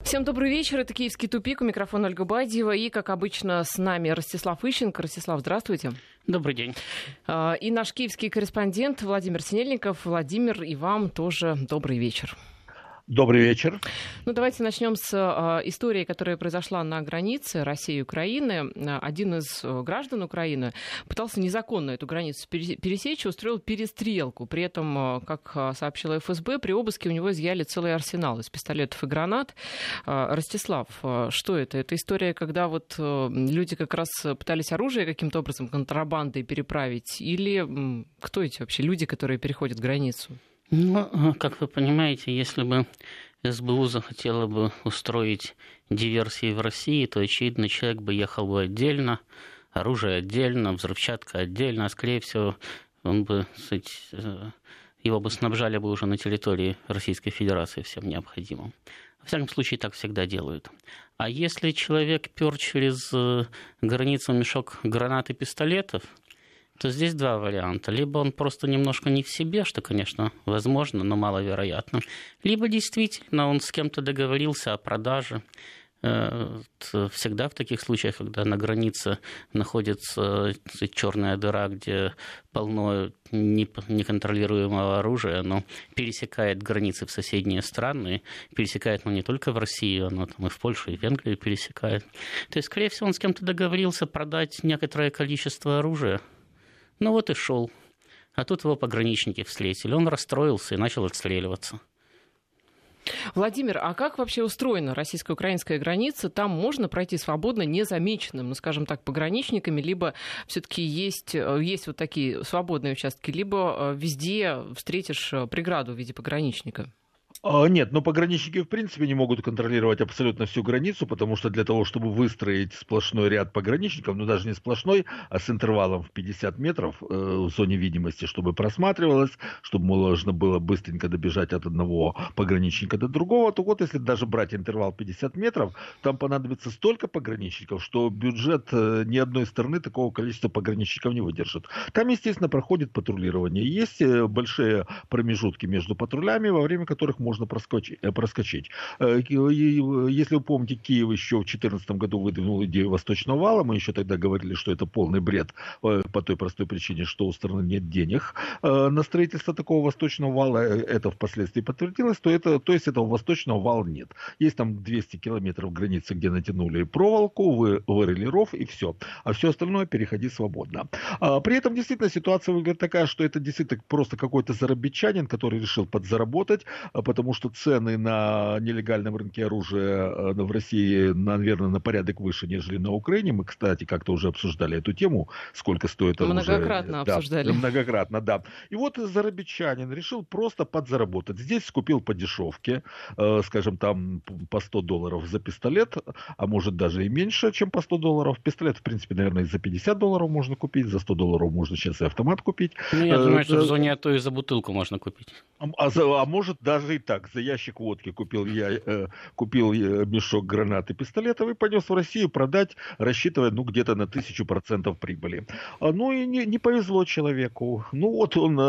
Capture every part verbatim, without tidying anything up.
Всем добрый вечер. Это «Киевский тупик». У микрофона Ольга Бадьева. И, как обычно, с нами Ростислав Ищенко. Ростислав, здравствуйте. Добрый день. И наш киевский корреспондент Владимир Синельников. Владимир, и вам тоже добрый вечер. Добрый вечер. Ну, давайте начнем с э, истории, которая произошла на границе России и Украины. Один из граждан Украины пытался незаконно эту границу пересечь и устроил перестрелку. При этом, как сообщила эф эс бэ, при обыске у него изъяли целый арсенал из пистолетов и гранат. Э, Ростислав, э, что это? Это история, когда вот э, люди как раз пытались оружие каким-то образом контрабандой переправить? Или э, кто эти вообще люди, которые переходят границу? Ну, как вы понимаете, если бы эс бэ у захотела бы устроить диверсии в России, то, очевидно, человек бы ехал бы отдельно, оружие отдельно, взрывчатка отдельно, а, скорее всего, он бы, кстати, его бы снабжали бы уже на территории Российской Федерации всем необходимым. Во всяком случае, так всегда делают. А если человек пер через границу мешок гранат и пистолетов, то здесь два варианта. Либо он просто немножко не в себе, что, конечно, возможно, но маловероятно. Либо действительно он с кем-то договорился о продаже. Всегда в таких случаях, когда на границе находится черная дыра, где полно неконтролируемого оружия, оно пересекает границы в соседние страны, пересекает оно не только в Россию, оно там и в Польшу, и в Венгрию пересекает. То есть, скорее всего, он с кем-то договорился продать некоторое количество оружия. Ну вот и шел. А тут его пограничники встретили. Он расстроился и начал отстреливаться. Владимир, а как вообще устроена российско-украинская граница? Там можно пройти свободно, незамеченным, ну, скажем так, пограничниками, либо все-таки есть, есть вот такие свободные участки, либо везде встретишь преграду в виде пограничника? Нет, но пограничники в принципе не могут контролировать абсолютно всю границу, потому что для того, чтобы выстроить сплошной ряд пограничников, ну даже не сплошной, а с интервалом в пятьдесят метров э, в зоне видимости, чтобы просматривалось, чтобы можно было быстренько добежать от одного пограничника до другого, то вот если даже брать интервал пятьдесят метров, там понадобится столько пограничников, что бюджет э, ни одной страны такого количества пограничников не выдержит. Там, естественно, проходит патрулирование. Есть большие промежутки между патрулями, во время которых можно проскочить. проскочить. Если вы помните, Киев еще в две тысячи четырнадцатом году выдвинул идею Восточного вала. Мы еще тогда говорили, что это полный бред по той простой причине, что у страны нет денег на строительство такого Восточного вала. Это впоследствии подтвердилось, то, это, то есть этого Восточного вала нет. Есть там двести километров границы, где натянули проволоку, вы, вырыли ров и все. А все остальное переходи свободно. При этом действительно ситуация выглядит такая, что это действительно просто какой-то зарабичанин, который решил подзаработать, потому что цены на нелегальном рынке оружия в России, наверное, на порядок выше, нежели на Украине. Мы, кстати, как-то уже обсуждали эту тему, сколько стоит оружие. Многократно да, обсуждали. Многократно, да. И вот зарабичанин решил просто подзаработать. Здесь скупил по дешевке, э, скажем, там по сто долларов за пистолет, а может даже и меньше, чем по сто долларов. Пистолет, в принципе, наверное, и за пятьдесят долларов можно купить, за сто долларов можно сейчас и автомат купить. Ну, я думаю, что в зоне АТО и за бутылку можно купить. А, а, а может даже и так. За ящик водки купил я э, купил мешок гранат и пистолетов и понес в Россию продать, рассчитывая, ну, где-то на тысячу процентов прибыли. А, ну и не, не повезло человеку. Ну вот он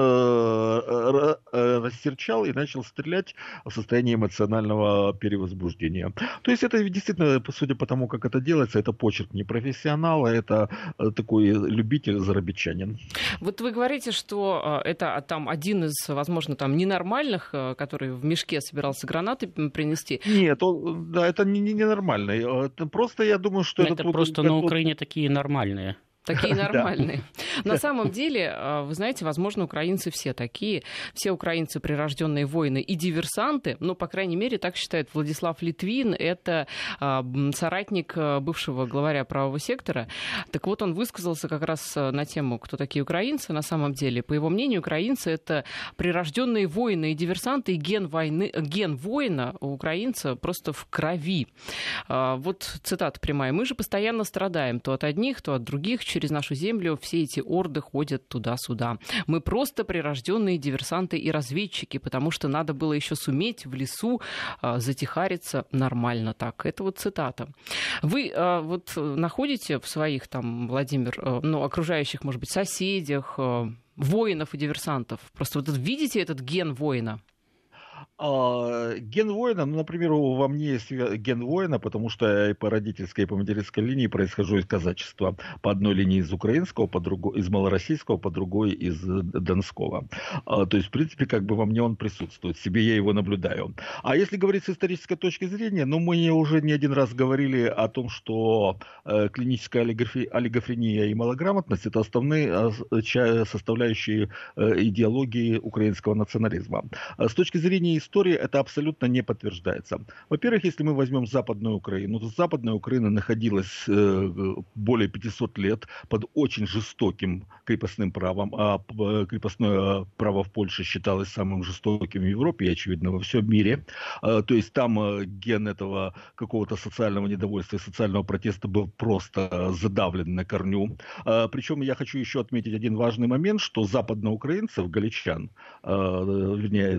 э, э, рассерчал и начал стрелять в состоянии эмоционального перевозбуждения. То есть это действительно, судя по тому, как это делается, это почерк не профессионала, это такой любитель-зарабичанин. Вот вы говорите, что это там один из, возможно, там ненормальных, который в мешке собирался гранаты принести. Нет, он, да, это не, не ненормально. Это просто, я думаю, что это... Это просто на Украине такие нормальные. Такие нормальные. На самом деле, вы знаете, возможно, украинцы все такие. Все украинцы прирожденные воины и диверсанты. Ну, по крайней мере, так считает Владислав Литвин. Это соратник бывшего главаря правого сектора. Так вот, он высказался как раз на тему, кто такие украинцы. На самом деле, по его мнению, украинцы — это прирожденные воины и диверсанты. И ген, войны, ген воина у украинца просто в крови. Вот цитата прямая. «Мы же постоянно страдаем то от одних, то от других. Через нашу землю все эти орды ходят туда-сюда. Мы просто прирожденные диверсанты и разведчики, потому что надо было еще суметь в лесу а, затихариться нормально так». Это вот цитата. Вы а, вот находите в своих, там, Владимир, а, ну, окружающих, может быть, соседях а, воинов и диверсантов? Просто вот видите этот ген воина? А, ген воина, ну, например, во мне есть ген воина, потому что я и по родительской, и по материнской линии происхожу из казачества. По одной линии из украинского, по другой из малороссийского, по другой из донского. А, то есть, в принципе, как бы во мне он присутствует, в себе я его наблюдаю. А если говорить с исторической точки зрения, ну, мы уже не один раз говорили о том, что э, клиническая олигофрения, олигофрения и малограмотность — это основные э, составляющие э, идеологии украинского национализма. А с точки зрения истории это абсолютно не подтверждается. Во-первых, если мы возьмем Западную Украину, то Западная Украина находилась э, более пятисот лет под очень жестоким крепостным правом, а крепостное право в Польше считалось самым жестоким в Европе и, очевидно, во всем мире. А, то есть там э, ген этого какого-то социального недовольства и социального протеста был просто задавлен на корню. А, причем я хочу еще отметить один важный момент, что западноукраинцев, галичан, э, вернее,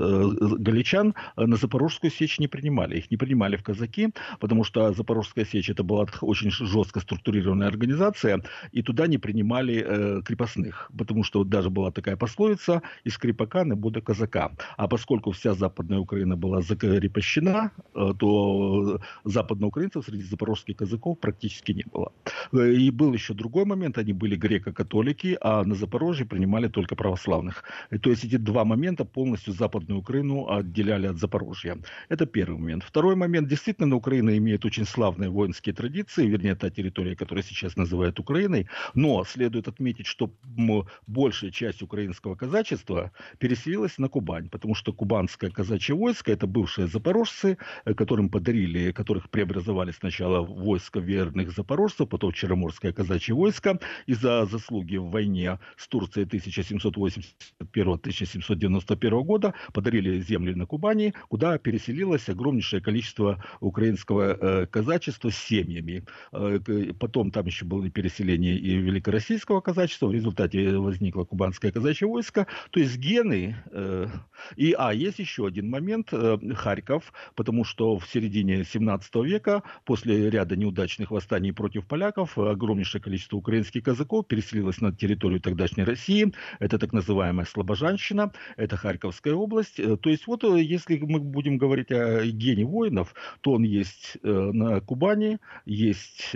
э, галичан на Запорожскую сечь не принимали. Их не принимали в казаки, потому что Запорожская сечь — это была очень жестко структурированная организация, и туда не принимали э, крепостных, потому что вот даже была такая пословица: из крепака не буде казака. А поскольку вся Западная Украина была закрепощена, э, то западноукраинцев среди запорожских казаков практически не было. И был еще другой момент: они были греко-католики, а на Запорожье принимали только православных. И, то есть эти два момента полностью Западную Украину отделяли от Запорожья. Это первый момент. Второй момент. Действительно, Украина имеет очень славные воинские традиции, вернее, та территория, которая сейчас называют Украиной, но следует отметить, что большая часть украинского казачества переселилась на Кубань, потому что кубанское казачье войско — это бывшие запорожцы, которым подарили, которых преобразовали сначала в войско верных запорожцев, потом в Черноморское казачье войско, и за заслуги в войне с Турцией тысяча семьсот восемьдесят первого — тысяча семьсот девяносто первого года подарили земли на Кубани, куда переселилось огромнейшее количество украинского э, казачества с семьями. Э, потом там еще было переселение и великороссийского казачества, в результате возникло кубанское казачье войско. То есть гены... Э, и, а, есть еще один момент, э, Харьков, потому что в середине семнадцатого века, после ряда неудачных восстаний против поляков, огромнейшее количество украинских казаков переселилось на территорию тогдашней России. Это так называемая Слобожанщина, это Харьковская область. То есть вот если мы будем говорить о гене воинов, то он есть на Кубани, есть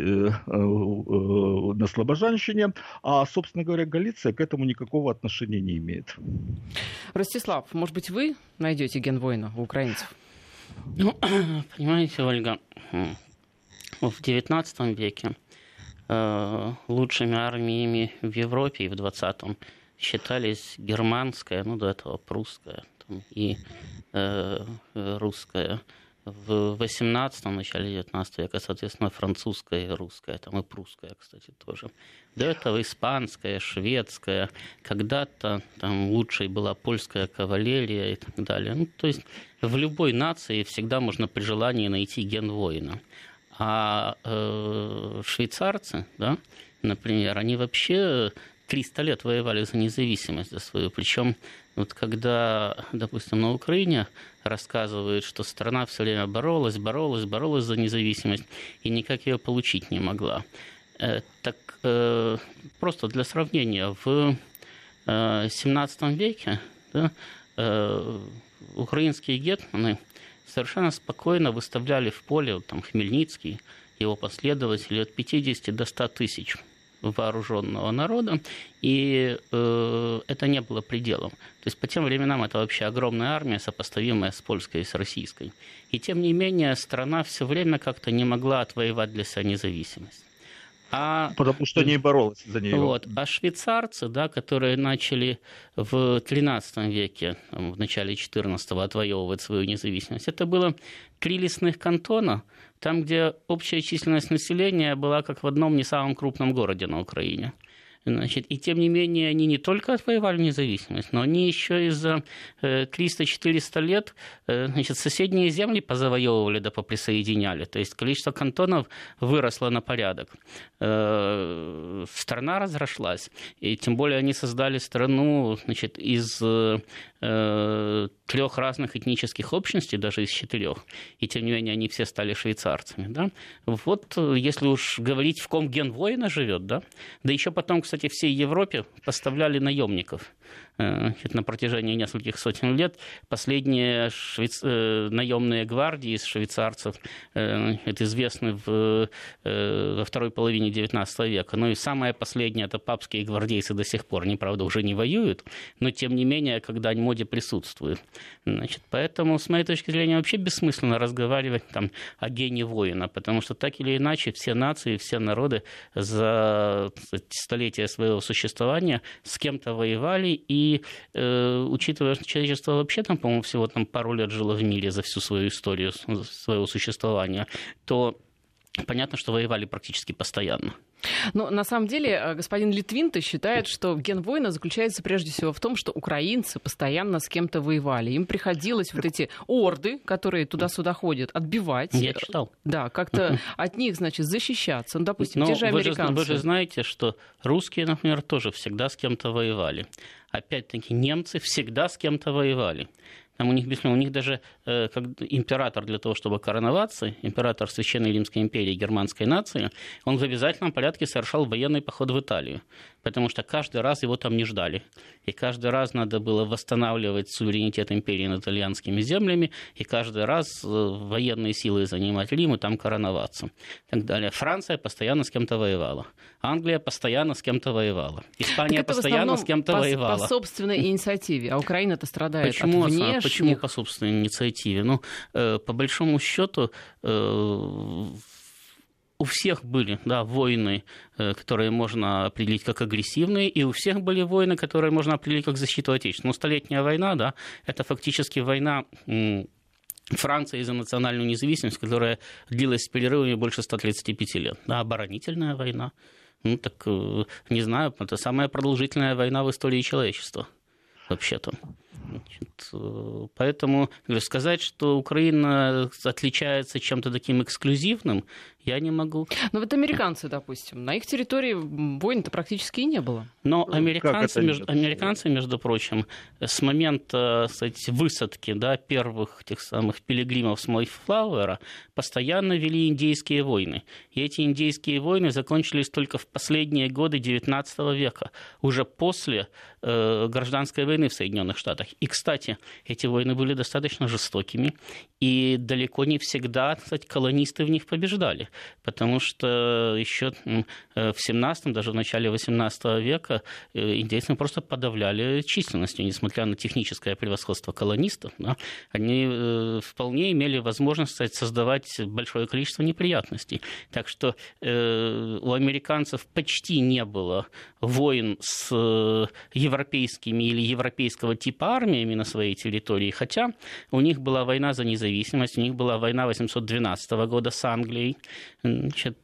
на Слобожанщине, а, собственно говоря, Галиция к этому никакого отношения не имеет. Ростислав, может быть, вы найдете ген воина у украинцев? Ну, понимаете, Ольга, в девятнадцатом веке э, лучшими армиями в Европе и в двадцатом считались германская, ну до этого прусская там, и э, русская. В восемнадцатом, начале девятнадцатого века, соответственно, французская и русская, там и прусская, кстати, тоже. До этого испанская, шведская, когда-то там лучшей была польская кавалерия и так далее. Ну, то есть в любой нации всегда можно при желании найти ген воина. А э, швейцарцы, да, например, они вообще триста лет воевали за независимость за свою. Причем вот когда, допустим, на Украине рассказывают, что страна все время боролась, боролась, боролась за независимость и никак ее получить не могла. Э, так э, просто для сравнения, в э, семнадцатом веке, да, э, украинские гетманы совершенно спокойно выставляли в поле, вот, там, Хмельницкий, его последователи, от пятидесяти до ста тысяч вооруженного народа, и э, это не было пределом. То есть по тем временам это вообще огромная армия, сопоставимая с польской и с российской. И тем не менее страна все время как-то не могла отвоевать для себя независимость. А, Потому что не боролась за нее. Вот, а швейцарцы, да, которые начали в тринадцатом веке, в начале четырнадцатого отвоевывать свою независимость, это было три лесных кантона, там, где общая численность населения была как в одном не самом крупном городе на Украине. Значит, и тем не менее они не только отвоевали независимость, но они еще и за триста-четыреста лет, значит, соседние земли позавоевывали да поприсоединяли. То есть количество кантонов выросло на порядок. Страна разрослась. И тем более они создали страну, значит, из трех разных этнических общностей, даже из четырех. И тем не менее они все стали швейцарцами. Да? Вот если уж говорить, в ком ген воина живет, да, да еще потом, кстати, всей Европе поставляли наемников. на протяжении нескольких сотен лет. Последние швейц... наемные гвардии из швейцарцев это известны в... во второй половине девятнадцатого века. Ну и самое последнее — это папские гвардейцы до сих пор. Они, правда, уже не воюют, но тем не менее, когда они в моде присутствуют. Значит, поэтому, с моей точки зрения, вообще бессмысленно разговаривать там о гене воина, потому что так или иначе все нации, все народы за столетия своего существования с кем-то воевали, и э, учитывая, что человечество вообще там, по-моему, всего там пару лет жило в мире за всю свою историю своего существования, то понятно, что воевали практически постоянно. Но на самом деле господин Литвин-то считает, что ген воина заключается прежде всего в том, что украинцы постоянно с кем-то воевали. Им приходилось вот эти орды, которые туда-сюда ходят, отбивать. Я читал. Да, как-то от них, значит, защищаться. Ну, допустим, Но те же вы американцы. Же, вы же знаете, что русские, например, тоже всегда с кем-то воевали. Опять-таки, немцы всегда с кем-то воевали. Там у них, у них даже э, как император для того, чтобы короноваться, император Священной Римской империи германской нации, он в обязательном порядке совершал военный поход в Италию, потому что каждый раз его там не ждали. И каждый раз надо было восстанавливать суверенитет империи над итальянскими землями, и каждый раз э, военные силы занимать Рим и там короноваться. И так далее. Франция постоянно с кем-то воевала. Англия постоянно с кем-то воевала. Испания постоянно с кем-то по, воевала. По собственной инициативе. А Украина-то страдает Почему, от внешних... Почему по собственной инициативе? Ну, э, по большому счету, э, у всех были, да, войны, э, которые можно определить как агрессивные, и у всех были войны, которые можно определить как защиту Отечества. Ну, Столетняя война, да, это фактически война... М- Франция за национальную независимость, которая длилась с перерывами больше ста тридцати пяти лет. Да, оборонительная война. Ну, так, не знаю, это самая продолжительная война в истории человечества, вообще-то. Значит, поэтому сказать, что Украина отличается чем-то таким эксклюзивным, я не могу. Но вот американцы, допустим, на их территории войн-то практически и не было. Но американцы, между, американцы, между прочим, с момента, кстати, высадки, да, первых тех самых пилигримов с Мейфлауэра постоянно вели индейские войны. И эти индейские войны закончились только в последние годы девятнадцатого века, уже после э, гражданской войны в Соединенных Штатах. И, кстати, эти войны были достаточно жестокими, и далеко не всегда, кстати, колонисты в них побеждали. Потому что еще в семнадцатом, даже в начале восемнадцатого века индейцы просто подавляли численностью, несмотря на техническое превосходство колонистов. Да, они вполне имели возможность, кстати, создавать большое количество неприятностей. Так что э, у американцев почти не было войн с европейскими или европейского типа армиями на своей территории, хотя у них была война за независимость, у них была война восемьсот двенадцатого года с Англией, значит,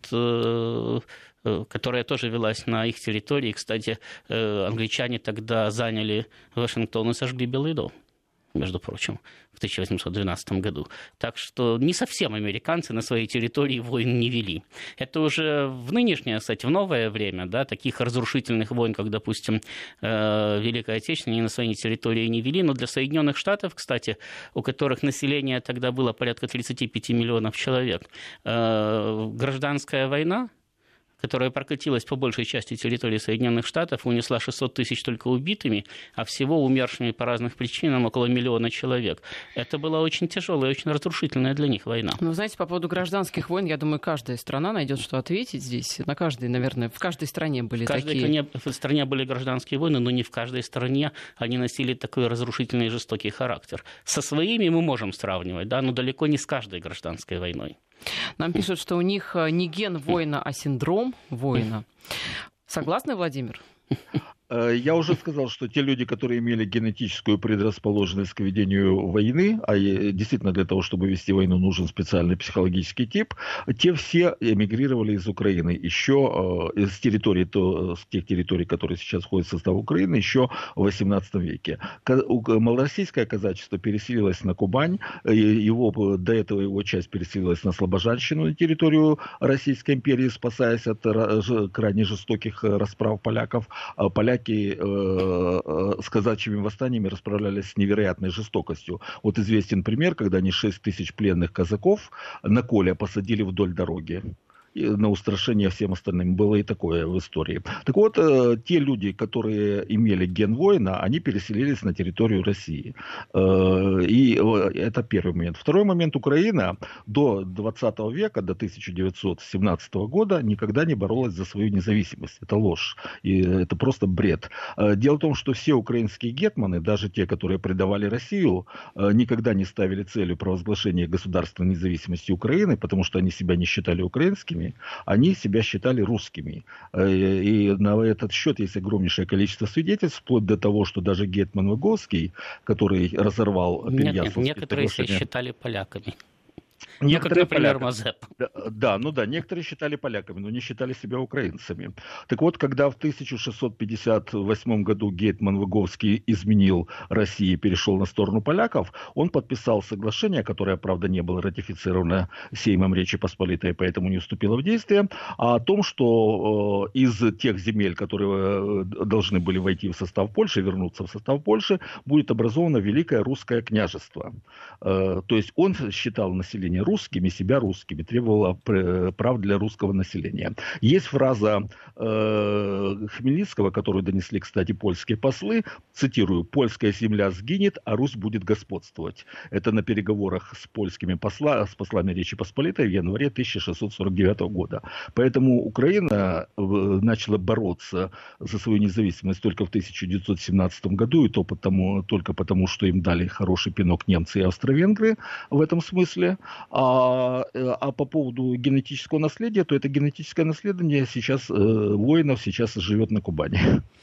которая тоже велась на их территории. Кстати, англичане тогда заняли Вашингтон и сожгли Белый дом, между прочим, в тысяча восемьсот двенадцатом году. Так что не совсем американцы на своей территории войн не вели. Это уже в нынешнее, кстати, в новое время, да, таких разрушительных войн, как, допустим, Великая Отечественная, они на своей территории не вели. Но для Соединенных Штатов, кстати, у которых население тогда было порядка тридцать пять миллионов человек, гражданская война, которая прокатилась по большей части территории Соединенных Штатов, унесла шестьсот тысяч только убитыми, а всего умершими по разным причинам около миллиона человек. Это была очень тяжелая, очень разрушительная для них война. Ну, знаете, по поводу гражданских войн, я думаю, каждая страна найдет, что ответить здесь. На каждой, наверное, в каждой стране были в каждой такие... В стране были гражданские войны, но не в каждой стране они носили такой разрушительный и жестокий характер. Со своими мы можем сравнивать, да, но далеко не с каждой гражданской войной. Нам пишут, что у них не ген воина, а синдром воина. Согласны, Владимир? Я уже сказал, что те люди, которые имели генетическую предрасположенность к ведению войны, а действительно для того, чтобы вести войну, нужен специальный психологический тип, те все эмигрировали из Украины еще из территорий, то, с тех территорий, которые сейчас входят в состав Украины, еще в восемнадцатом веке. Малороссийское казачество переселилось на Кубань, его, до этого его часть переселилась на Слобожанщину, на территорию Российской империи, спасаясь от крайне жестоких расправ поляков. Поляки с казачьими восстаниями расправлялись с невероятной жестокостью. Вот известен пример, когда они шесть тысяч пленных казаков на коле посадили вдоль дороги. на устрашение всем остальным. Было и такое в истории. Так вот, те люди, которые имели ген воина, они переселились на территорию России. И это первый момент. Второй момент. Украина до двадцатого века, до тысяча девятьсот семнадцатого года никогда не боролась за свою независимость. Это ложь. И это просто бред. Дело в том, что все украинские гетманы, даже те, которые предавали Россию, никогда не ставили целью провозглашения государственной независимости Украины, потому что они себя не считали украинскими, они себя считали русскими. И на этот счет есть огромнейшее количество свидетельств, вплоть до того, что даже гетман Выговский, который разорвал Переяславские некоторые себя соглашения, считали поляками. Некоторые, ну, как, например, поляки, Мазепа. Да, да, ну да, некоторые считали поляками, но не считали себя украинцами. Так вот, когда в тысяча шестьсот пятьдесят восьмом году гетман Выговский изменил России и перешел на сторону поляков, он подписал соглашение, которое, правда, не было ратифицировано Сеймом Речи Посполитой, поэтому не вступило в действие, о том, что э, из тех земель, которые э, должны были войти в состав Польши, вернуться в состав Польши, будет образовано Великое Русское княжество. Э, то есть он считал население русскими, себя русскими, требовала прав для русского населения. Есть фраза э, Хмельницкого, которую донесли, кстати, польские послы, цитирую: «Польская земля сгинет, а Русь будет господствовать». Это на переговорах с польскими посла, с послами Речи Посполитой в январе тысяча шестьсот сорок девятого года. Поэтому Украина начала бороться за свою независимость только в тысяча девятьсот семнадцатом году, и то потому, только потому, что им дали хороший пинок немцы и австро-венгры в этом смысле. А, а по поводу генетического наследия, то это генетическое наследие сейчас э, воинов сейчас живет на Кубани.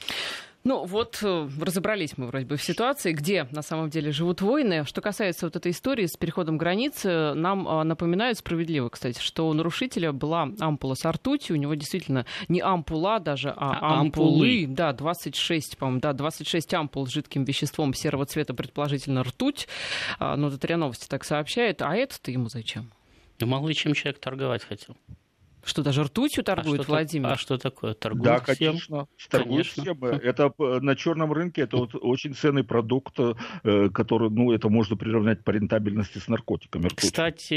Ну вот, разобрались мы вроде бы в ситуации, где на самом деле живут воины. Что касается вот этой истории с переходом границы, нам напоминают справедливо, кстати, что у нарушителя была ампула с ртутью, у него действительно не ампула даже, а, а ампулы. ампулы. Да, двадцать шесть, по-моему, да, двадцать шесть ампул с жидким веществом серого цвета, предположительно ртуть. Ну, ТАТА Новости так сообщает. А это-то ему зачем? Да мало ли чем человек торговать хотел. Что, даже ртутью торгует, а Владимир? А что такое? Торгует да, всем? конечно. Торгует конечно. всем. Это на черном рынке, это вот очень ценный продукт, который, ну, это можно приравнять по рентабельности с наркотиками. Ртуть. Кстати,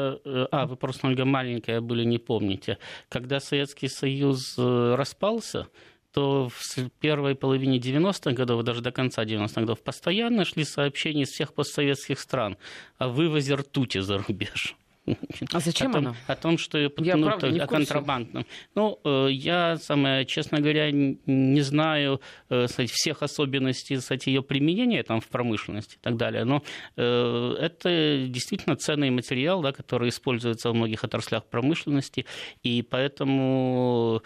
а, вы просто, Ольга, маленькая были, не помните. Когда Советский Союз распался, то в первой половине девяностых годов, даже до конца девяностых годов, постоянно шли сообщения из всех постсоветских стран о вывозе ртути за рубеж. А зачем о том, она? О том, что ее я, ну, правда, о контрабандном. Ну, я, самое, честно говоря, не знаю сказать, всех особенностей кстати, ее применения там, в промышленности и так далее, но э, это действительно ценный материал, да, который используется в многих отраслях промышленности, и поэтому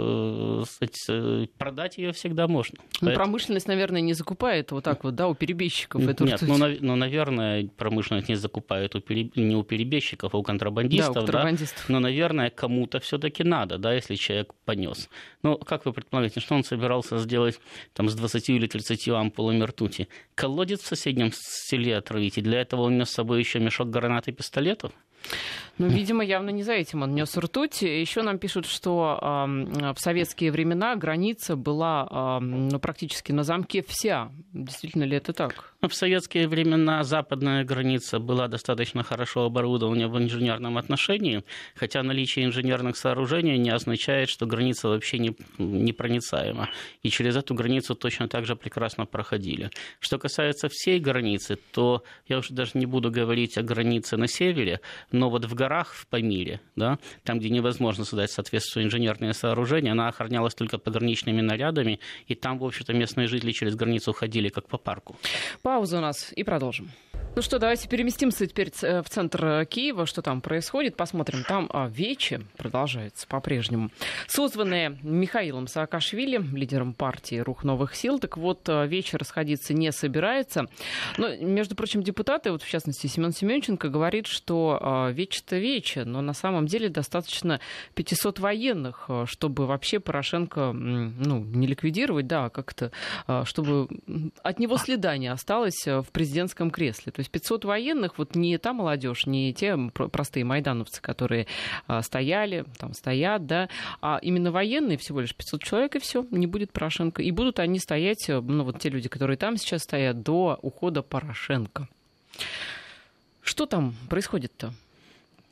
э, сказать, продать ее всегда можно. Ну, поэтому... Промышленность, наверное, не закупает вот так вот, да, у перебежчиков эту Нет, ртуть. ну, нав... ну, наверное, промышленность не закупает у пере... не у перебежчиков, у контрабандистов, да, у контрабандистов. Да? Но, наверное, кому-то все-таки надо, да, если человек понес. Ну, как вы предполагаете, что он собирался сделать там, с двадцатью или тридцатью ампулами ртути? Колодец в соседнем селе отравить, и для этого он нес с собой еще мешок гранат и пистолетов? Ну, видимо, явно не за этим он нес ртуть. Еще нам пишут, что э, в советские времена граница была э, ну, практически на замке вся. Действительно ли это так? В советские времена западная граница была достаточно хорошо оборудована в инженерном отношении, хотя наличие инженерных сооружений не означает, что граница вообще не, непроницаема. И через эту границу точно так же прекрасно проходили. Что касается всей границы, то я уже даже не буду говорить о границе на севере, но вот в горах в Памире, да, там, где невозможно создать соответствующие инженерные сооружения, она охранялась только пограничными нарядами, и там, в общем-то, местные жители через границу ходили как по парку. Пауза у нас и продолжим. Ну что, давайте переместимся теперь в центр Киева. Что там происходит? Посмотрим. Там вече продолжается по-прежнему. Созванные Михаилом Саакашвили, лидером партии «Рух новых сил». Так вот, вече расходиться не собирается. Но, между прочим, депутаты, вот в частности Семен Семенченко, говорит, что вече-то вече, но на самом деле достаточно пятисот военных, чтобы вообще Порошенко, ну, не ликвидировать, да, а как-то, чтобы от него следа не осталось в президентском кресле. То есть пятьсот военных, вот не та молодежь, не те простые майдановцы, которые а, стояли, там стоят, да, а именно военные, всего лишь пятьсот человек, и все, не будет Порошенко. И будут они стоять, ну вот те люди, которые там сейчас стоят, до ухода Порошенко. Что там происходит-то?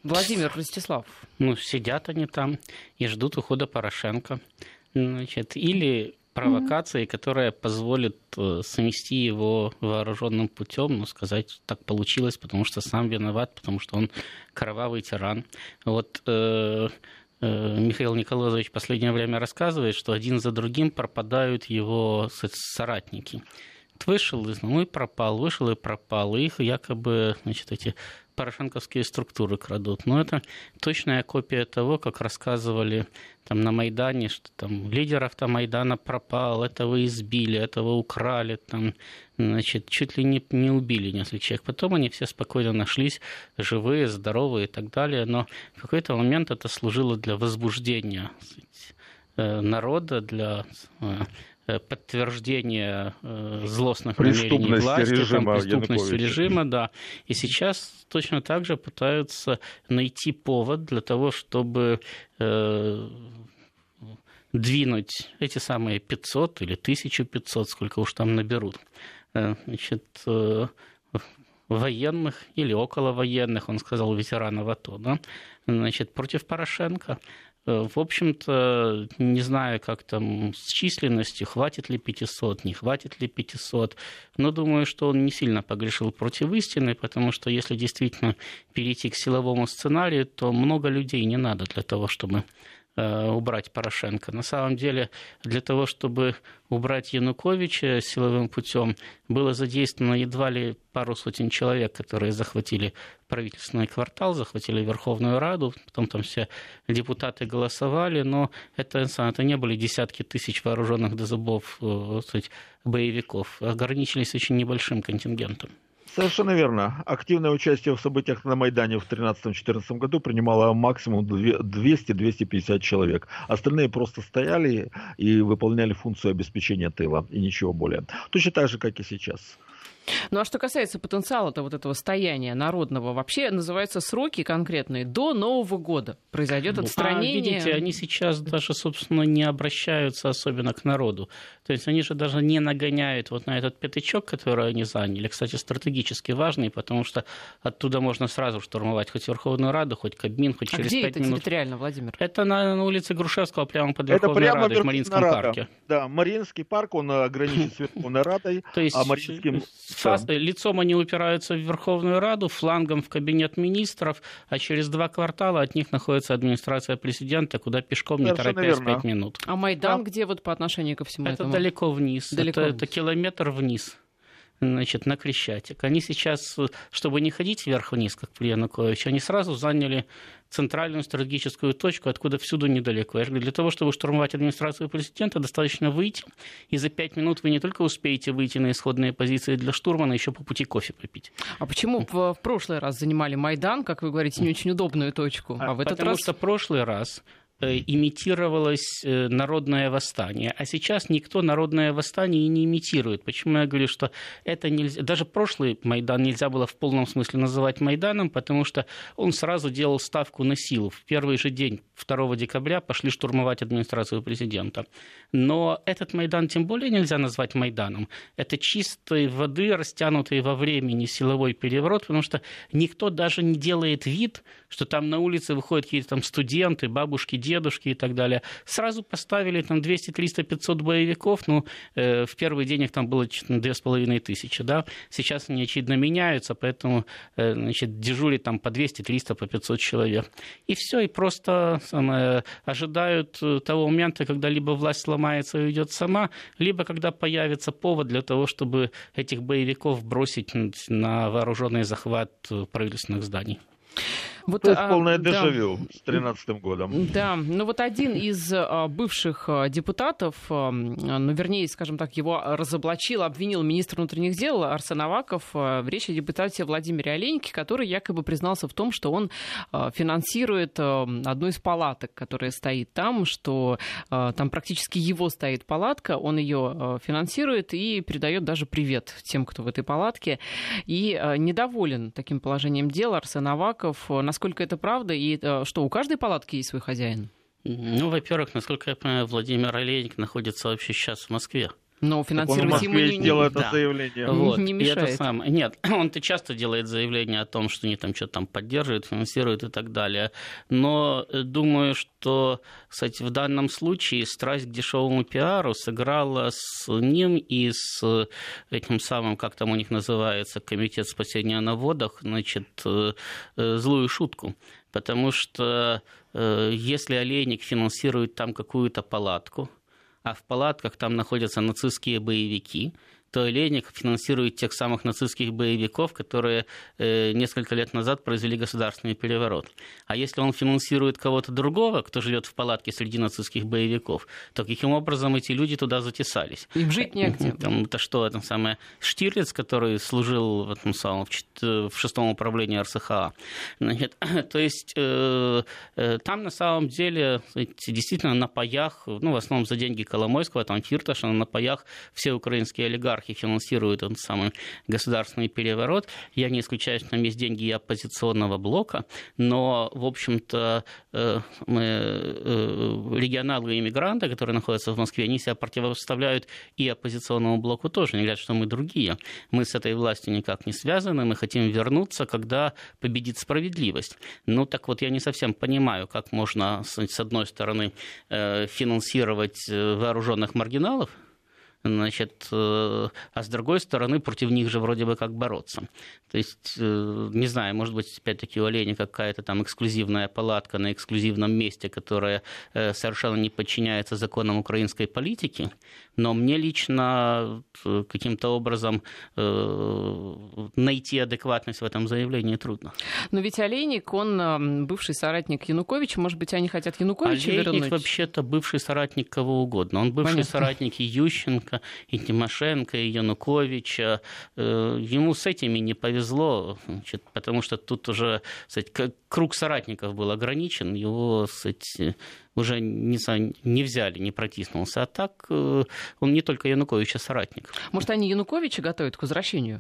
Владимир Ростислав. Ну, сидят они там и ждут ухода Порошенко. Значит, или провокации, mm-hmm. которая позволит смести его вооруженным путем, ну, сказать, так получилось, потому что сам виноват, потому что он кровавый тиран. Вот э, э, Михаил Николаевич в последнее время рассказывает, что один за другим пропадают его соратники. Вышел ну и пропал, вышел и пропал. И их якобы, значит, эти порошенковские структуры крадут. Но это точная копия того, как рассказывали там на Майдане, что там лидер автомайдана пропал, этого избили, этого украли, там, значит, чуть ли не, не убили несколько человек. Потом они все спокойно нашлись, живые, здоровые и так далее. Но в какой-то момент это служило для возбуждения народа, для подтверждение злостных намерений власти, режима, там, преступности режима, да. И сейчас точно так же пытаются найти повод для того, чтобы э, двинуть эти самые пятьсот или тысяча пятьсот, сколько уж там наберут, значит, э, военных или около военных, он сказал, ветеранов АТО, да, значит, против Порошенко. В общем-то, не знаю, как там с численностью, хватит ли пятисот, не хватит ли пятисот, но думаю, что он не сильно погрешил против истины, потому что если действительно перейти к силовому сценарию, то много людей не надо для того, чтобы убрать Порошенко. На самом деле, для того, чтобы убрать Януковича силовым путем, было задействовано едва ли пару сотен человек, которые захватили правительственный квартал, захватили Верховную Раду, потом там все депутаты голосовали, но это, это не были десятки тысяч вооруженных до зубов сказать, боевиков, ограничились очень небольшим контингентом. Совершенно верно. Активное участие в событиях на Майдане в две тысячи тринадцатом-две тысячи четырнадцатом году принимало максимум двести-двести пятьдесят человек. Остальные просто стояли и выполняли функцию обеспечения тыла, и ничего более. Точно так же, как и сейчас. Ну а что касается потенциала-то вот этого стояния народного, вообще называются сроки конкретные до Нового года. Произойдет отстранение. А, видите, они сейчас даже, собственно, не обращаются особенно к народу. То есть они же даже не нагоняют вот на этот пятачок, который они заняли. Кстати, стратегически важный, потому что оттуда можно сразу штурмовать хоть Верховную Раду, хоть Кабмин, хоть а через где пять это минут. Территориально, Владимир? Это на, на улице Грушевского, прямо под Верховной это прямо Радой, в Мариинском Рада. парке. Да, Мариинский парк, он ограничен с Верховной Радой, То есть а Мариинским... Фас... Лицом они упираются в Верховную Раду, флангом в кабинет министров, а через два квартала от них находится администрация президента, куда пешком, не торопясь, пять минут. А Майдан а... где вот по отношению ко всему это этому? Это далеко вниз. Далеко это, вниз. это километр вниз. Значит, на Крещатик. Они сейчас, чтобы не ходить вверх-вниз, как при Януковиче, они сразу заняли центральную стратегическую точку, откуда всюду недалеко. Я говорю, для того, чтобы штурмовать администрацию президента, достаточно выйти, и за пять минут вы не только успеете выйти на исходные позиции для штурма, но еще по пути кофе попить. А почему в, в прошлый раз занимали Майдан, как вы говорите, не очень удобную точку, а, а в этот Потому раз... что в прошлый раз имитировалось народное восстание. А сейчас никто народное восстание и не имитирует. Почему я говорю, что это нельзя... Даже прошлый Майдан нельзя было в полном смысле называть Майданом, потому что он сразу делал ставку на силу. В первый же день, второго декабря, пошли штурмовать администрацию президента. Но этот Майдан тем более нельзя назвать Майданом. Это чистой воды, растянутый во времени силовой переворот, потому что никто даже не делает вид, что там на улице выходят какие-то там студенты, бабушки, дедушки и так далее. Сразу поставили там двести, триста, пятьсот боевиков, ну, э, в первый день их там было две с половиной тысячи, да. Сейчас они, очевидно, меняются, поэтому, э, значит, дежурит там по двести, триста, по пятьсот человек. И все, и просто самое, ожидают того момента, когда либо власть сломается и уйдет сама, либо когда появится повод для того, чтобы этих боевиков бросить на вооруженный захват правительственных зданий. Вот, То есть а, полное да. дежавю с две тысячи тринадцатым годом. Да, ну вот один из а, бывших а, депутатов, а, ну вернее, скажем так, его разоблачил, обвинил министр внутренних дел Арсен Аваков а, в речи о депутате Владимире Олейнике, который якобы признался в том, что он а, финансирует а, одну из палаток, которая стоит там, что а, там практически его стоит палатка, он ее а, финансирует и передает даже привет тем, кто в этой палатке. И а, недоволен таким положением дел Арсен Аваков. Насколько это правда? И что, у каждой палатки есть свой хозяин? Ну, во-первых, насколько я понимаю, Владимир Олейник находится вообще сейчас в Москве. Но финансировать ему не делает это да. заявление. Вот. Не мешает. Это самое. Нет, он-то часто делает заявление о том, что они там что-то там поддерживают, финансируют и так далее. Но думаю, что, кстати, в данном случае страсть к дешевому пиару сыграла с ним и с этим самым, как там у них называется, комитет спасения на водах, значит, злую шутку. Потому что если Олейник финансирует там какую-то палатку, а в палатках там находятся нацистские боевики, то Олейник финансирует тех самых нацистских боевиков, которые э, несколько лет назад произвели государственный переворот. А если он финансирует кого-то другого, кто живет в палатке среди нацистских боевиков, то каким образом эти люди туда затесались? Им жить негде. Там, это что, это самое Штирлиц, который служил в этом самом в шестом управлении эр эс ха а. Значит, то есть э, э, там на самом деле действительно на паях, ну, в основном за деньги Коломойского, там Фирташа, на паях все украинские олигархи финансируют этот самый государственный переворот. Я не исключаю, что там есть деньги и оппозиционного блока, но, в общем-то, мы, регионалы и иммигранты, которые находятся в Москве, они себя противопоставляют и оппозиционному блоку тоже. Они говорят, что мы другие. Мы с этой властью никак не связаны, мы хотим вернуться, когда победит справедливость. Ну, так вот, я не совсем понимаю, как можно, с одной стороны, финансировать вооруженных маргиналов, значит, а с другой стороны, против них же вроде бы как бороться. То есть, не знаю, может быть, опять-таки у Олейника какая-то там эксклюзивная палатка на эксклюзивном месте, которая совершенно не подчиняется законам украинской политики, но мне лично каким-то образом найти адекватность в этом заявлении трудно. Но ведь Олейник, он бывший соратник Януковича, может быть, они хотят Януковича Олейник вернуть? Олейник вообще-то бывший соратник кого угодно. Он бывший Понятно. соратник и Ющенко, и Тимошенко, и Януковича. Ему с этими не повезло, значит, потому что тут уже, кстати, круг соратников был ограничен, его, кстати, уже не, не взяли, не протиснулся. А так он не только Януковича соратник. Может, они Януковича готовят к возвращению?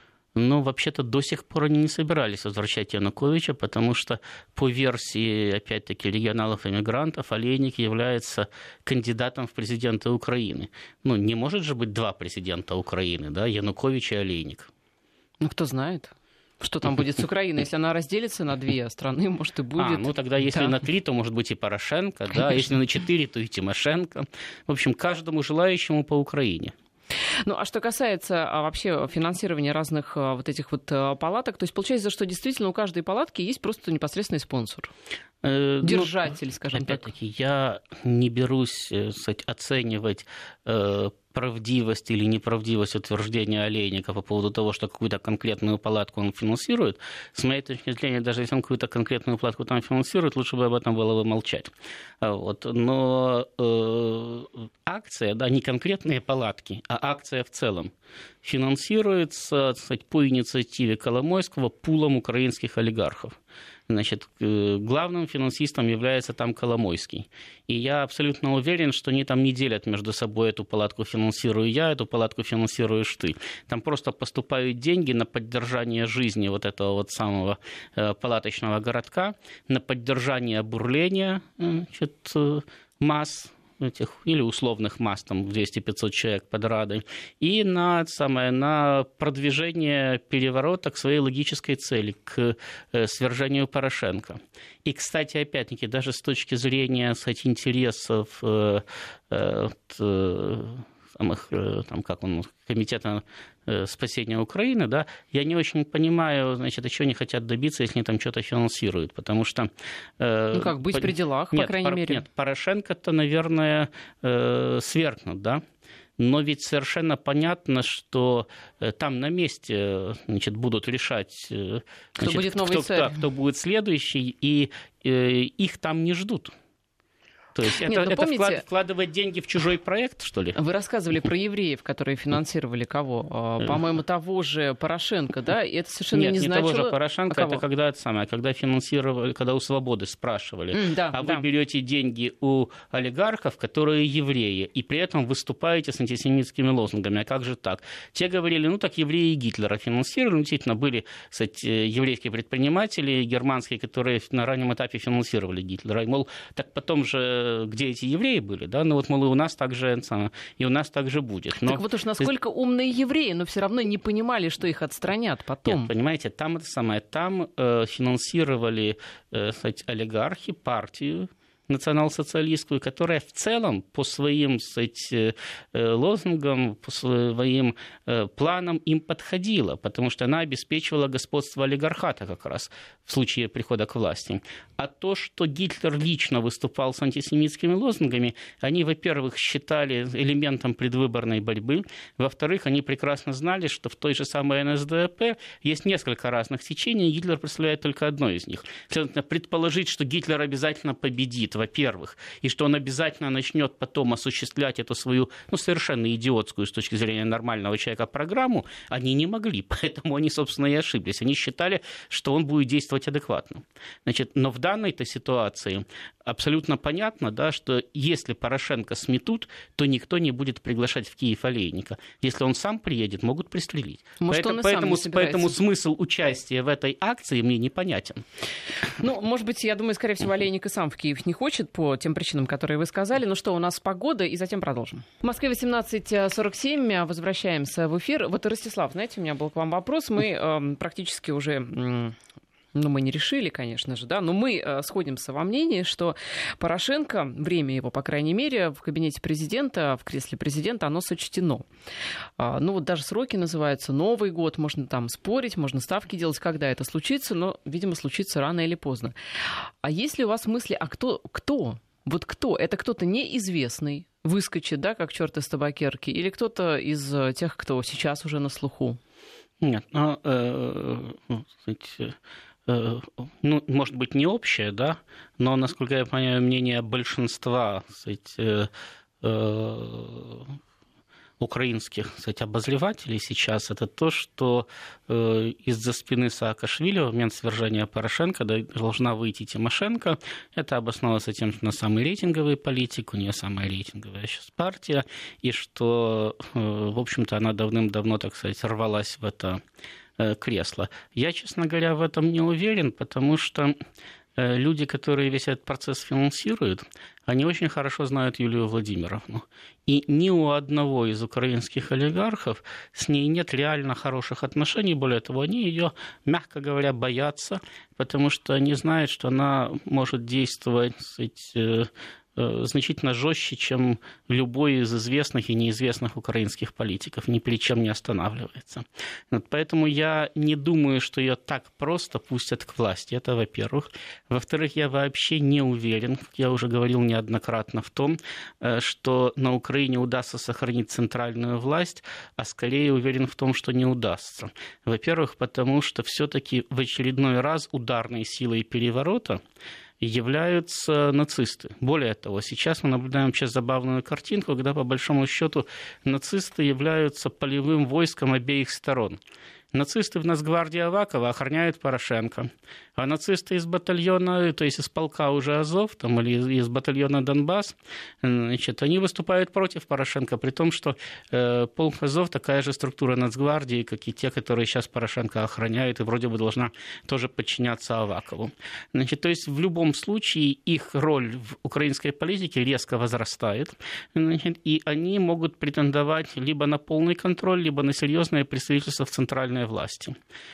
Но вообще-то до сих пор они не собирались возвращать Януковича, потому что по версии, опять-таки, регионалов-эмигрантов, Олейник является кандидатом в президенты Украины. Ну, не может же быть два президента Украины, да, Янукович и Олейник. Ну, кто знает. Что там будет с Украиной? Если она разделится на две страны, может, и будет... А, ну тогда если да. на три, то может быть и Порошенко, Конечно. да, если на четыре, то и Тимошенко. В общем, каждому желающему по Украине. Ну, а что касается а, вообще финансирования разных а, вот этих вот а, палаток, то есть получается, что действительно у каждой палатки есть просто непосредственный спонсор. Э, Держатель, ну, скажем опять-таки, так. я не берусь кстати, оценивать э, правдивость или неправдивость утверждения Олейника по поводу того, что какую-то конкретную палатку он финансирует. С моей точки зрения, даже если он какую-то конкретную палатку там финансирует, лучше бы об этом было бы молчать. Вот. Но э, акция, да, не конкретные палатки, а акция в целом, финансируется, кстати, по инициативе Коломойского пулом украинских олигархов. Значит, главным финансистом является там Коломойский. И я абсолютно уверен, что они там не делят между собой: эту палатку финансирую я, эту палатку финансируешь ты. Там просто поступают деньги на поддержание жизни вот этого вот самого палаточного городка, на поддержание бурления, значит, масс, этих, или условных масс, там двести-пятьсот человек под Радой, и на, самое, на продвижение переворота к своей логической цели, к свержению Порошенко. И, кстати, опять-таки, даже с точки зрения, кстати, интересов э, э, самых, там, как он, комитета спасения Украины, да, я не очень понимаю, значит, еще не хотят добиться, если они там что-то финансируют, потому что... Э, ну как, быть по... при делах, нет, по крайней пар... мере. Нет, Порошенко-то, наверное, э, свергнут, да, но ведь совершенно понятно, что там на месте, значит, будут решать, значит, кто будет новый кто, царь, кто, кто будет следующий, и э, их там не ждут. То есть Нет, это, это помните, вклад, вкладывать деньги в чужой проект, что ли? Вы рассказывали про евреев, которые финансировали кого? По-моему, того же Порошенко, да? И это совершенно Нет, не, не значило... того же Порошенко, а это когда это самое, когда финансировали, когда у Свободы спрашивали, mm, да, а да. вы берете деньги у олигархов, которые евреи, и при этом выступаете с антисемитскими лозунгами. А как же так? Те говорили, ну так евреи Гитлера финансировали, действительно были, кстати, еврейские предприниматели германские, которые на раннем этапе финансировали Гитлера. И, мол, так потом же где эти евреи были, да, ну вот, мол, и у нас также, и у нас также будет. Но... Так вот уж насколько умные евреи, но все равно не понимали, что их отстранят потом. Нет, понимаете, там это самое, там э, финансировали, э, кстати, олигархи, партию национал-социалистскую, которая в целом по своим, кстати, лозунгам, по своим планам им подходила, потому что она обеспечивала господство олигархата как раз в случае прихода к власти. А то, что Гитлер лично выступал с антисемитскими лозунгами, они, во-первых, считали элементом предвыборной борьбы, во-вторых, они прекрасно знали, что в той же самой эн эс дэ э пэ есть несколько разных течений, и Гитлер представляет только одно из них. Следовательно, предположить, что Гитлер обязательно победит, во-первых, и что он обязательно начнет потом осуществлять эту свою, ну, совершенно идиотскую с точки зрения нормального человека программу, они не могли, поэтому они, собственно, и ошиблись. Они считали, что он будет действовать адекватно. Значит, но в данной-то ситуации абсолютно понятно, да, что если Порошенко сметут, то никто не будет приглашать в Киев Олейника. Если он сам приедет, могут пристрелить. Может, поэтому, он и поэтому, сам не поэтому смысл участия в этой акции мне непонятен. Ну, может быть, я думаю, скорее всего, Олейник и сам в Киев не хочет по тем причинам, которые вы сказали. Ну что, у нас погода, и затем продолжим. В Москве восемнадцать сорок семь, возвращаемся в эфир. Вот, Ростислав, знаете, у меня был к вам вопрос. Мы э, практически уже... Э, Ну, мы не решили, конечно же, да, но мы э, сходимся во мнении, что Порошенко, время его, по крайней мере, в кабинете президента, в кресле президента, оно сочтено. А, ну, вот даже сроки называются Новый год, можно там спорить, можно ставки делать, когда это случится, но, видимо, случится рано или поздно. А есть ли у вас мысли, а кто, кто? Вот кто? Это кто-то неизвестный, выскочит, да, как черт из табакерки, или кто-то из тех, кто сейчас уже на слуху? Нет, ну, э, кстати, ну, может быть, не общее, да, но, насколько я понимаю, мнение большинства, кстати, украинских, кстати, обозревателей сейчас, это то, что из-за спины Саакашвили в момент свержения Порошенко должна выйти Тимошенко. Это обосновалось тем, что она самый рейтинговый политик, у нее самая рейтинговая сейчас партия, и что, в общем-то, она давным-давно, так сказать, рвалась в это кресло. Я, честно говоря, в этом не уверен, потому что люди, которые весь этот процесс финансируют, они очень хорошо знают Юлию Владимировну. И ни у одного из украинских олигархов с ней нет реально хороших отношений. Более того, они ее, мягко говоря, боятся, потому что они знают, что она может действовать, сказать, значительно жестче, чем любой из известных и неизвестных украинских политиков, ни перед чем не останавливается. Вот поэтому я не думаю, что ее так просто пустят к власти. Это во-первых. Во-вторых, я вообще не уверен, как я уже говорил неоднократно, в том, что на Украине удастся сохранить центральную власть, а скорее уверен в том, что не удастся. Во-первых, потому что все-таки в очередной раз ударной силой переворота являются нацисты. Более того, сейчас мы наблюдаем сейчас забавную картинку, когда, по большому счету, нацисты являются полевым войском обеих сторон. Нацисты в Нацгвардии Авакова охраняют Порошенко, а нацисты из батальона, то есть из полка уже Азов, там, или из, из батальона Донбасс, значит, они выступают против Порошенко, при том, что э, полк Азов такая же структура Нацгвардии, как и те, которые сейчас Порошенко охраняют, и вроде бы должна тоже подчиняться Авакову. Значит, то есть в любом случае их роль в украинской политике резко возрастает, значит, и они могут претендовать либо на полный контроль, либо на серьезное представительство в центральной власти.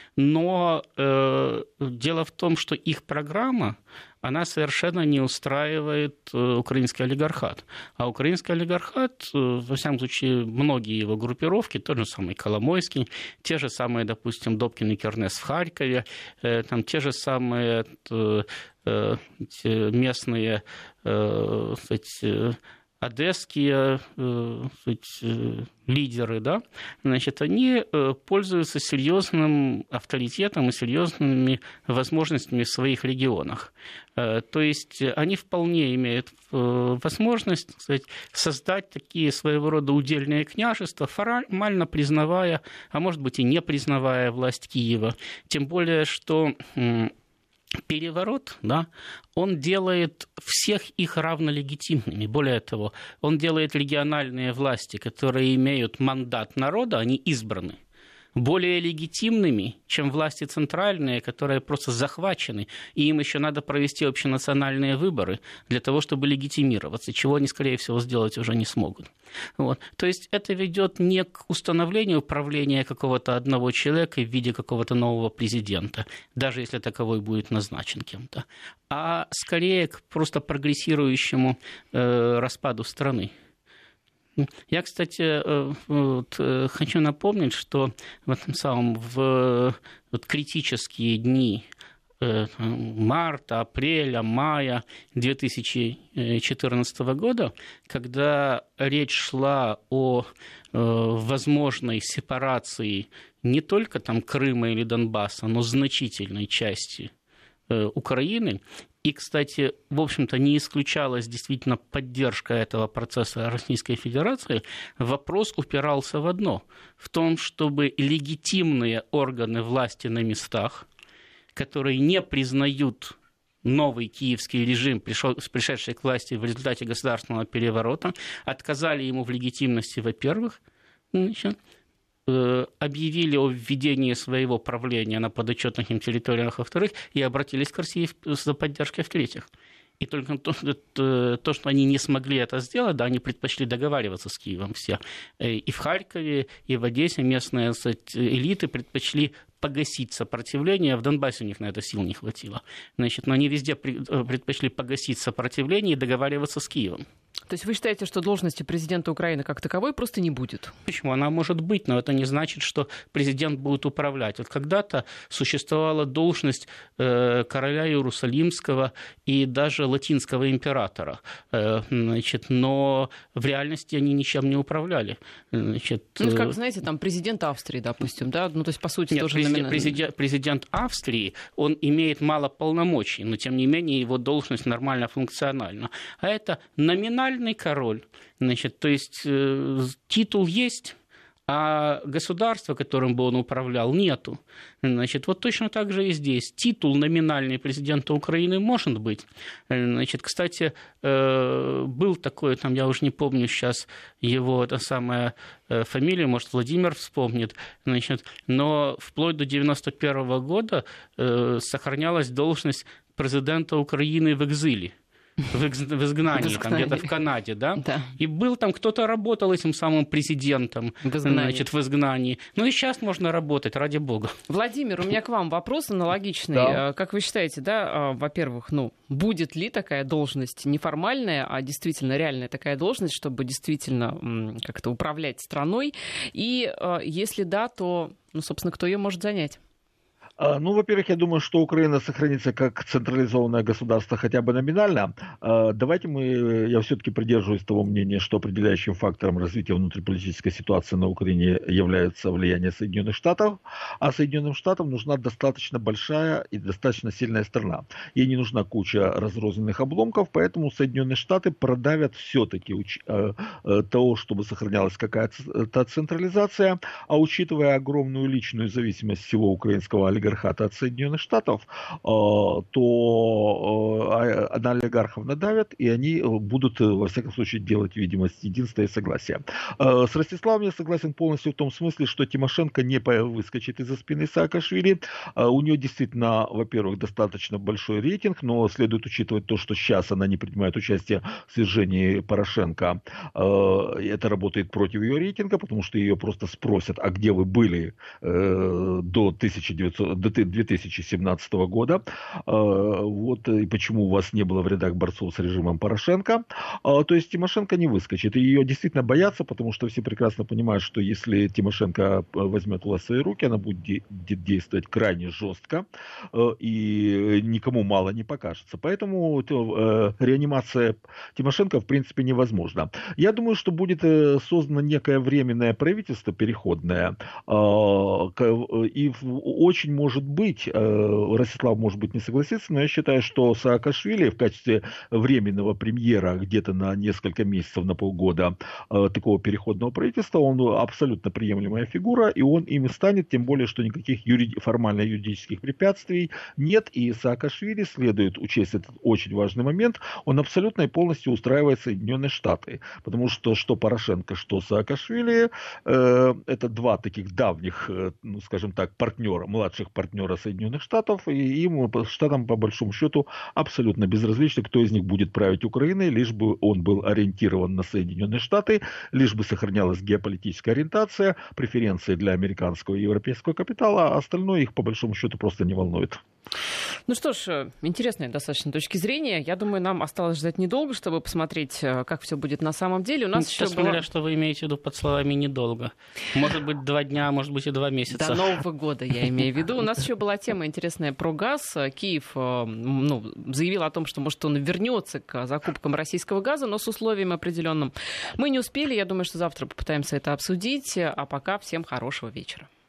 Но э, дело в том, что их программа, она совершенно не устраивает э, украинский олигархат. А украинский олигархат, э, во всяком случае, многие его группировки, тот же самый Коломойский, те же самые, допустим, Добкин и Кернес в Харькове, э, там те же самые э, э, местные, э, кстати, одесские э, сказать, лидеры, да, значит, они пользуются серьезным авторитетом и серьезными возможностями в своих регионах. То есть они вполне имеют возможность, сказать, создать такие своего рода удельные княжества, формально признавая, а может быть и не признавая власть Киева. Тем более, что переворот, да, он делает всех их равнолегитимными. Более того, он делает региональные власти, которые имеют мандат народа, они избраны. более легитимными, чем власти центральные, которые просто захвачены, и им еще надо провести общенациональные выборы для того, чтобы легитимироваться, чего они, скорее всего, сделать уже не смогут. Вот. То есть это ведет не к установлению правления какого-то одного человека в виде какого-то нового президента, даже если таковой будет назначен кем-то, а скорее к просто прогрессирующему э, распаду страны. Я, кстати, вот, хочу напомнить, что в этом самом в вот, критические дни марта, апреля, мая две тысячи четырнадцатого года, когда речь шла о возможной сепарации не только там Крыма или Донбасса, но значительной части Украины. И, кстати, в общем-то, не исключалась действительно поддержка этого процесса Российской Федерации. Вопрос упирался в одно – в том, чтобы легитимные органы власти на местах, которые не признают новый киевский режим, пришедший к власти в результате государственного переворота, отказали ему в легитимности, во-первых, значит, объявили о введении своего правления на подотчетных им территориях, во-вторых, и обратились к России за поддержкой, в-третьих. И только то, то, что они не смогли это сделать, да, они предпочли договариваться с Киевом все. И в Харькове, и в Одессе местные элиты предпочли погасить сопротивление, в Донбассе у них на это сил не хватило. Значит, но они везде предпочли погасить сопротивление и договариваться с Киевом. То есть вы считаете, что должности президента Украины как таковой просто не будет? Почему? Она может быть, но это не значит, что президент будет управлять. Вот когда-то существовала должность э, короля Иерусалимского и даже латинского императора. Э, значит, но в реальности они ничем не управляли. Значит, ну, как, знаете, там президент Австрии, допустим, да? Ну, то есть, по сути, нет, тоже... Президент, президент, президент Австрии, он имеет мало полномочий, но, тем не менее, его должность нормально функциональна. А это номинальный король. Значит, то есть э, титул есть, а государства, которым бы он управлял, нету. Значит, вот точно так же и здесь. Титул номинальный президента Украины может быть. Значит, кстати, э, был такой, там, я уже не помню сейчас его, та самая э, фамилия, может, Владимир вспомнит, значит, но вплоть до девяносто первого года э, сохранялась должность президента Украины в экзиле. В, экз... в изгнании, там, где-то в Канаде, да? Да. И был там, кто-то работал этим самым президентом, в изгнании. Значит, в изгнании. Ну и сейчас можно работать, ради бога. Владимир, у меня к вам вопрос аналогичный. Да. Как вы считаете, да, во-первых, ну, будет ли такая должность неформальная, а действительно реальная такая должность, чтобы действительно как-то управлять страной? И если да, то, ну, собственно, кто ее может занять? Ну, во-первых, я думаю, что Украина сохранится как централизованное государство хотя бы номинально. Давайте мы, я все-таки придерживаюсь того мнения, что определяющим фактором развития внутриполитической ситуации на Украине является влияние Соединенных Штатов, а Соединенным Штатам нужна достаточно большая и достаточно сильная страна. Ей не нужна куча разрозненных обломков, поэтому Соединенные Штаты продавят все-таки того, чтобы сохранялась какая-то централизация, а учитывая огромную личную зависимость всего украинского олигархата от Соединенных Штатов, то на олигархов надавят, и они будут, во всяком случае, делать видимость единства и согласия. С Ростиславом я согласен полностью в том смысле, что Тимошенко не выскочит из-за спины Саакашвили. У нее действительно, во-первых, достаточно большой рейтинг, но следует учитывать то, что сейчас она не принимает участие в свержении Порошенко. Это работает против ее рейтинга, потому что ее просто спросят, а где вы были до тысяча девятисотого до две тысячи семнадцатого года, вот, и почему у вас не было в рядах борцов с режимом Порошенко. То есть Тимошенко не выскочит. И ее действительно боятся, потому что все прекрасно понимают, что если Тимошенко возьмет власть в свои руки, она будет действовать крайне жестко, и никому мало не покажется. Поэтому реанимация Тимошенко, в принципе, невозможна. Я думаю, что будет создано некое временное правительство переходное, и очень может быть, Ростислав, может быть, не согласится, но я считаю, что Саакашвили в качестве временного премьера где-то на несколько месяцев, на полгода такого переходного правительства, он абсолютно приемлемая фигура, и он ими станет, тем более, что никаких юриди- формально-юридических препятствий нет, и Саакашвили, следует учесть этот очень важный момент, он абсолютно и полностью устраивает Соединенные Штаты, потому что что Порошенко, что Саакашвили, э, это два таких давних, э, ну, скажем так, партнера, младших партнера Соединенных Штатов, и им, Штатам, по большому счету, абсолютно безразлично, кто из них будет править Украиной, лишь бы он был ориентирован на Соединенные Штаты, лишь бы сохранялась геополитическая ориентация, преференции для американского и европейского капитала, а остальное их, по большому счету, просто не волнует. Ну что ж, интересная достаточно точки зрения. Я думаю, нам осталось ждать недолго, чтобы посмотреть, как все будет на самом деле. У нас еще еще смотря, была... что вы имеете в виду под словами «недолго». Может быть, два дня, может быть, и два месяца. До Нового года, я имею в виду. У нас еще была тема интересная про газ. Киев ну, заявил о том, что, может, он вернется к закупкам российского газа, но с условием определенным. Мы не успели. Я думаю, что завтра попытаемся это обсудить. А пока всем хорошего вечера.